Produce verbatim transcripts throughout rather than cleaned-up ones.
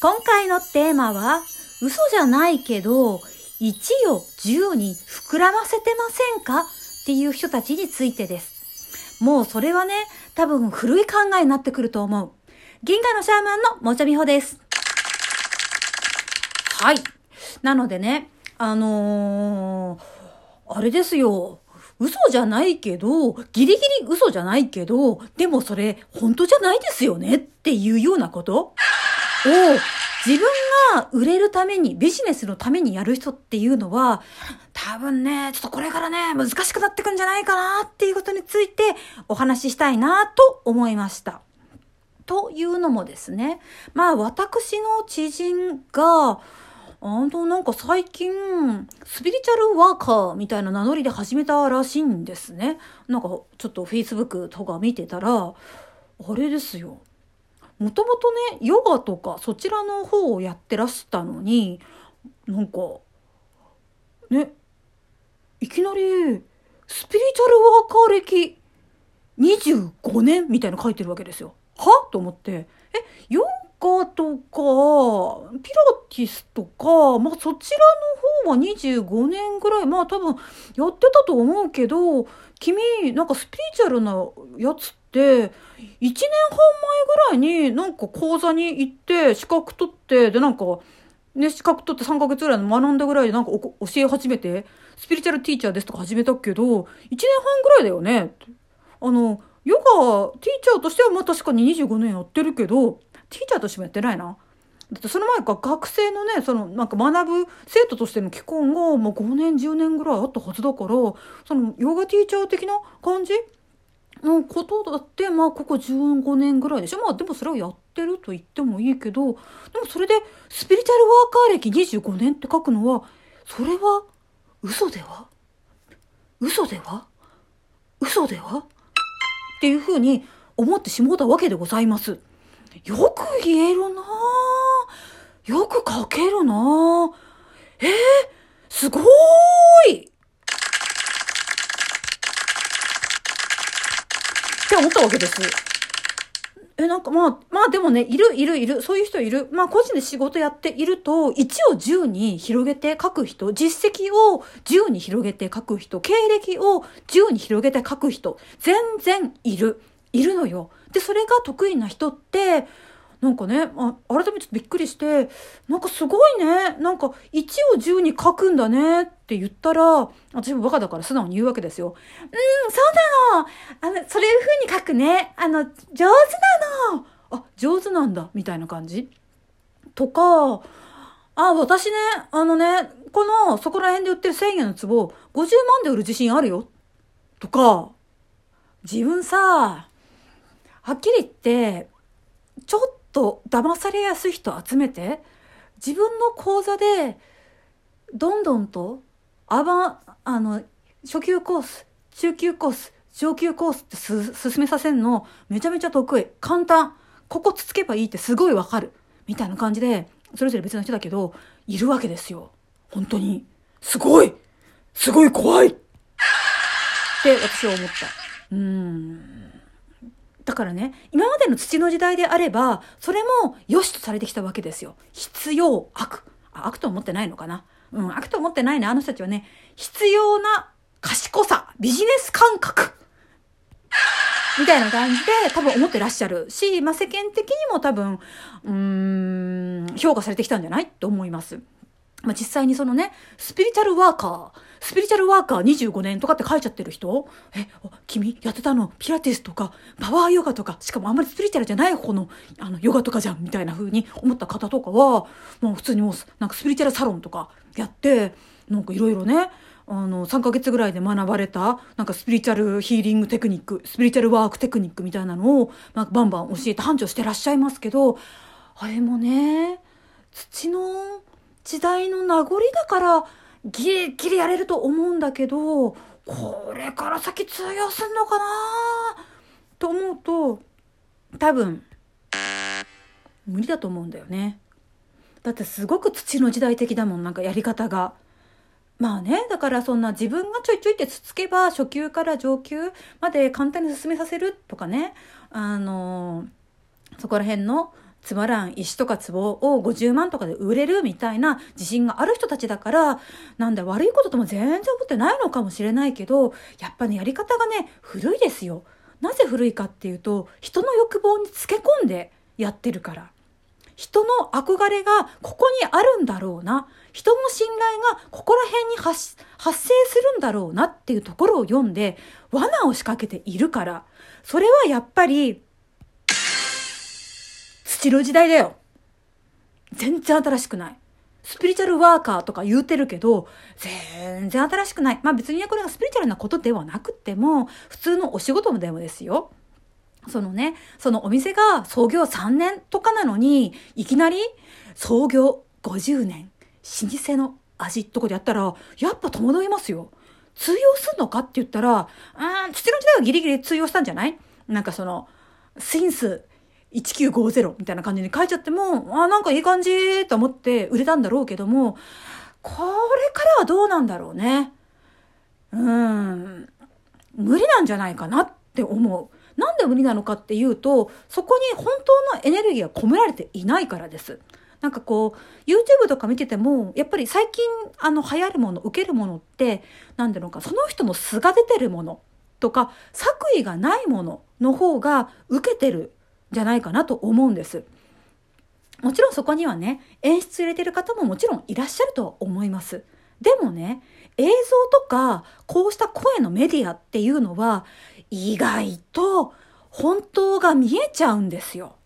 今回のテーマは、嘘じゃないけど、いちをじゅうに膨らませてませんかっていう人たちについてです。もうそれはね、多分古い考えになってくると思う。銀河のシャーマンのもちゃみほです。はい。なのでね、あのー、あれですよ。嘘じゃないけど、ギリギリ嘘じゃないけど、でもそれ本当じゃないですよねっていうようなことを自分が売れるために、ビジネスのためにやる人っていうのは、多分ね、ちょっとこれからね、難しくなってくんじゃないかなっていうことについてお話ししたいなと思いました。というのもですね、まあ私の知人が、あのなんか最近スピリチュアルワーカーみたいな名乗りで始めたらしいんですね。なんかちょっとフェイスブックとか見てたら、あれですよ。もともとね、ヨガとかそちらの方をやってらしたのに、なんかね、いきなりスピリチュアルワーカー歴にじゅうごねんみたいな書いてるわけですよ。はと思って、え、ヨガとかピラティスとか、まあそちらの方はにじゅうごねんぐらい、まあ多分やってたと思うけど、君なんかスピリチュアルなやつっていちねんはんまえぐらいになんか講座に行って資格取って、でなんかね、資格取ってさんかげつぐらいの学んだぐらいでなんか教え始めて、スピリチュアルティーチャーですとか始めたけど、いちねんはんぐらいだよね。あの、ヨガティーチャーとしてはまあ確かににじゅうごねんやってるけど、ティーチャーとしてもやってないな。だってその前から学生のね、そのなんか学ぶ生徒としての期間がもうごねんじゅうねんぐらいあったはずだから、そのヨガティーチャー的な感じのことだって、まあここじゅうごねんぐらいでしょ。まあでもそれをやってると言ってもいいけど、でもそれでスピリチュアルワーカー歴にじゅうごねんって書くのは、それは嘘では嘘では嘘ではっていうふうに思ってしもうたわけでございます。よく言えるなぁ。よく書けるなぁ。えー、すごーいって思ったわけです。え、なんかまあ、まあでもね、いるいるいる、そういう人いる。まあ個人で仕事やっていると、いちをじゅうに広げて書く人、実績をじゅうに広げて書く人、経歴をじゅうに広げて書く人、全然いる。いるのよ。で、それが得意な人って、なんかね、あ、改めてちょっとびっくりして、なんかすごいね、なんかいちをじゅうに書くんだねって言ったら、私もバカだから素直に言うわけですよ。うん、そうなの。あの、そういう風に書くね。あの、上手なの。あ、上手なんだ、みたいな感じ。とか、あ、私ね、あのね、この、そこら辺で売ってるせんえんの壺、ごじゅうまんで売る自信あるよ。とか、自分さ、はっきり言って、ちょっと騙されやすい人集めて、自分の講座で、どんどんと、あば、あの、初級コース、中級コース、上級コースってす進めさせるの、めちゃめちゃ得意。簡単。ここつつけばいいってすごいわかる。みたいな感じで、それぞれ別の人だけど、いるわけですよ。本当に。すごいすごい怖いって私は思った。うーん。だからね、今までの土の時代であれば、それも良しとされてきたわけですよ。必要悪。あ、悪と思ってないのかな。うん、悪と思ってないね。あの人たちはね、必要な賢さ、ビジネス感覚。みたいな感じで多分思ってらっしゃるし、まあ、世間的にも多分、うーん、評価されてきたんじゃないと思います。まあ、実際にそのね、スピリチュアルワーカー、スピリチュアルワーカーにじゅうごねんとかって書いちゃってる人、え、君やってたのピラティスとかパワーヨガとか、しかもあんまりスピリチュアルじゃない方のあのヨガとかじゃんみたいな風に思った方とかは、もう普通にもうなんかスピリチュアルサロンとかやって、なんかいろいろね、あのさんかげつぐらいで学ばれたなんかスピリチュアルヒーリングテクニック、スピリチュアルワークテクニックみたいなのを、まあ、バンバン教えて繁盛してらっしゃいますけど、あれもね、土の時代の名残だからギリギリやれると思うんだけど、これから先通用すんのかなと思うと、多分無理だと思うんだよね。だってすごく土の時代的だもん、なんかやり方が。まあね、だからそんな自分がちょいちょいってつつけば初級から上級まで簡単に進めさせるとかね、あのそこら辺のつまらん石とか壺をごじゅうまんとかで売れるみたいな自信がある人たちだから、なんだ悪いこととも全然思ってないのかもしれないけど、やっぱねやり方がね古いですよ。なぜ古いかっていうと、人の欲望につけ込んでやってるから。人の憧れがここにあるんだろうな、人の信頼がここら辺に 発, 発生するんだろうなっていうところを読んで罠を仕掛けているから、それはやっぱり土の時代だよ。全然新しくない。スピリチュアルワーカーとか言うてるけど全然新しくない。まあ別にこれがスピリチュアルなことではなくても普通のお仕事でもですよ。そのね、そのお店が創業さんねんとかなのに、いきなり創業ごじゅうねん、老舗の味ってとこでやったら、やっぱ戸惑いますよ。通用すんのかって言ったら、あー、土の時代はギリギリ通用したんじゃない？なんかその、シンスせんきゅうひゃくごじゅうみたいな感じに書いちゃっても、あーなんかいい感じと思って売れたんだろうけども、これからはどうなんだろうね。うーん、無理なんじゃないかなって思う。なんで無理なのかっていうと、そこに本当のエネルギーが込められていないからです。なんかこう YouTube とか見ててもやっぱり最近あの流行るもの、受けるものってなんだろうか、その人の素が出てるものとか作為がないものの方が受けてるんじゃないかなと思うんです。もちろんそこにはね演出入れてる方ももちろんいらっしゃるとは思います。でもね、映像とかこうした声のメディアっていうのは意外と本当が見えちゃうんですよ。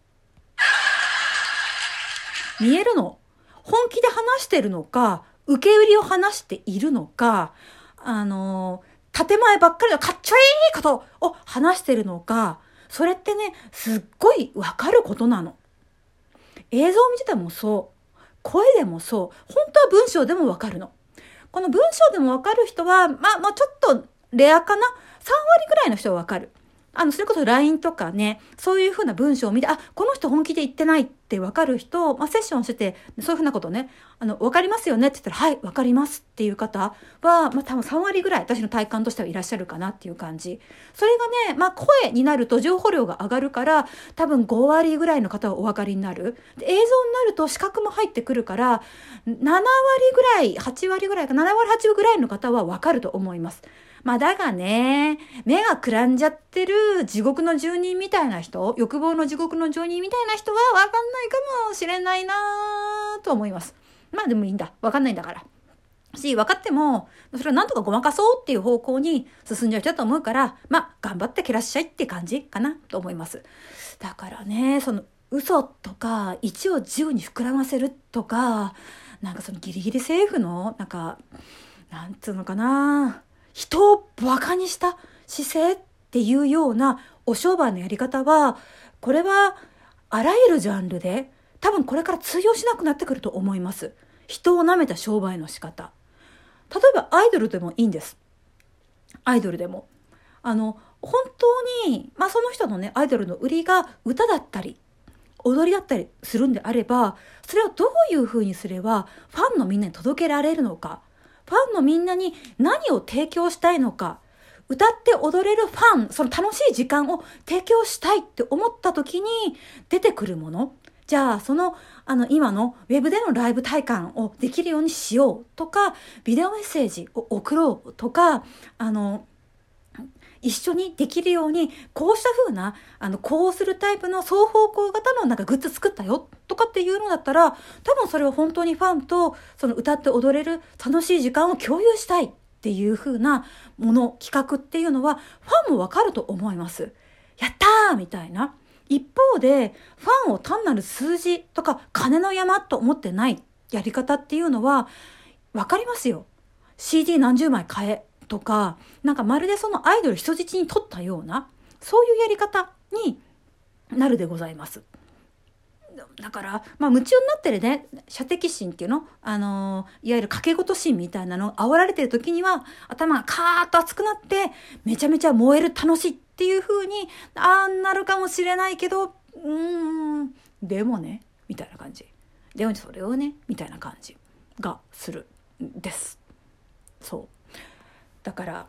見えるの。本気で話してるのか、受け売りを話しているのか、あの、建前ばっかりのかっちょいいことを話してるのか、それってね、すっごいわかることなの。映像を見ててもそう、声でもそう、本当は文章でもわかるの。この文章でもわかる人は、まあ、もうちょっとレアかな。さん割ぐらいの人はわかる。あの、それこそ ライン とかね、そういうふうな文章を見て、あ、この人本気で言ってないってわかる人、まあ、セッションしてて、そういうふうなことね、あの、わかりますよねって言ったら、はい、わかりますっていう方は、まあ、多分さん割ぐらい、私の体感としてはいらっしゃるかなっていう感じ。それがね、まあ、声になると情報量が上がるから、多分ご割ぐらいの方はお分かりになる。で、映像になると視覚も入ってくるから、なな割ぐらい、はち割ぐらいか、なな割、はち割ぐらいの方はわかると思います。まあだがね、目がくらんじゃってる地獄の住人みたいな人、欲望の地獄の住人みたいな人はわかんないかもしれないなと思います。まあでもいいんだ。わかんないんだから。し、分かっても、それをなんとかごまかそうっていう方向に進んじゃう人だと思うから、まあ頑張ってけらっしゃいって感じかなと思います。だからね、その嘘とかいちをじゅうに膨らませるとか、なんかそのギリギリセーフの、なんか、なんつうのかな、人をバカにした姿勢っていうようなお商売のやり方は、これはあらゆるジャンルで多分これから通用しなくなってくると思います。人を舐めた商売の仕方。例えばアイドルでもいいんです。アイドルでも。あの、本当に、まあその人のね、アイドルの売りが歌だったり、踊りだったりするんであれば、それをどういうふうにすればファンのみんなに届けられるのか。ファンのみんなに何を提供したいのか、歌って踊れるファン、その楽しい時間を提供したいって思った時に出てくるもの。じゃあその、あの今のウェブでのライブ体感をできるようにしようとか、ビデオメッセージを送ろうとか、あの、一緒にできるようにこうした風なあのこうするタイプの双方向型のなんかグッズ作ったよとかっていうのだったら、多分それは本当にファンとその歌って踊れる楽しい時間を共有したいっていう風なもの、企画っていうのはファンもわかると思います。やったーみたいな。一方でファンを単なる数字とか金の山と思ってないやり方っていうのはわかりますよ。 シーディー 何十枚買えとか、なんかまるでそのアイドル人質に取ったような、そういうやり方になるでございます。だから、まあ夢中になってるね、射的心っていうの、あのー、いわゆる賭け事心みたいなのを煽られてる時には、頭がカーッと熱くなって、めちゃめちゃ燃える楽しいっていう風に、あーなるかもしれないけど、うーん、でもね、みたいな感じ。でもそれをね、みたいな感じがするんです。そう。だから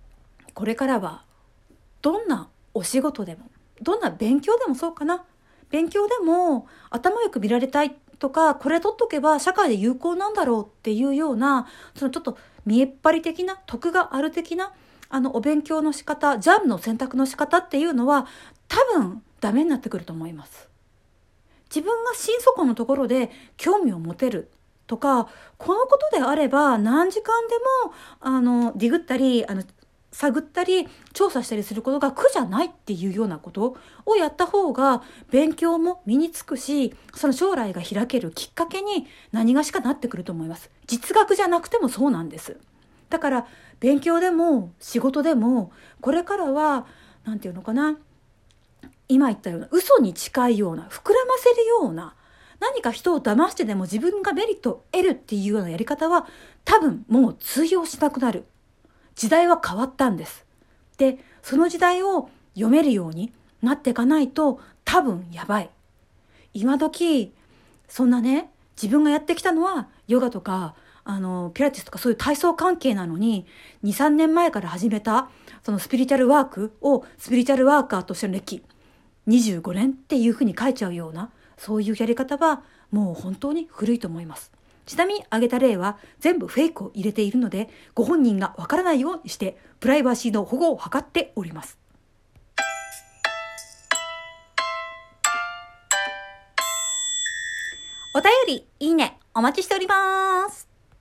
これからはどんなお仕事でもどんな勉強でもそうかな、 勉強でも頭よく見られたいとか、これ取っとけば社会で有効なんだろうっていうような、そのちょっと見えっ張り的な、得がある的な、あのお勉強の仕方、ジャンルの選択の仕方っていうのは多分ダメになってくると思います。自分が心底のところで興味を持てるとか、このことであれば何時間でもあのディグったり、あの探ったり調査したりすることが苦じゃないっていうようなことをやった方が、勉強も身につくし、その将来が開けるきっかけに何がしかなってくると思います。実学じゃなくてもそうなんです。だから勉強でも仕事でも、これからはなんていうのかな、今言ったような嘘に近いような、膨らませるような、何か人を騙してでも自分がメリットを得るっていうようなやり方は多分もう通用しなくなる。時代は変わったんです。で、その時代を読めるようになっていかないと多分やばい。今時、そんなね、自分がやってきたのはヨガとか、あの、ピラティスとかそういう体操関係なのに、に、さんねんまえから始めた、そのスピリチュアルワークをスピリチュアルワーカーとしての歴、にじゅうごねんっていうふうに書いちゃうような、そういうやり方はもう本当に古いと思います。ちなみに挙げた例は全部フェイクを入れているので、ご本人がわからないようにしてプライバシーの保護を図っております。お便り、いいね、お待ちしております。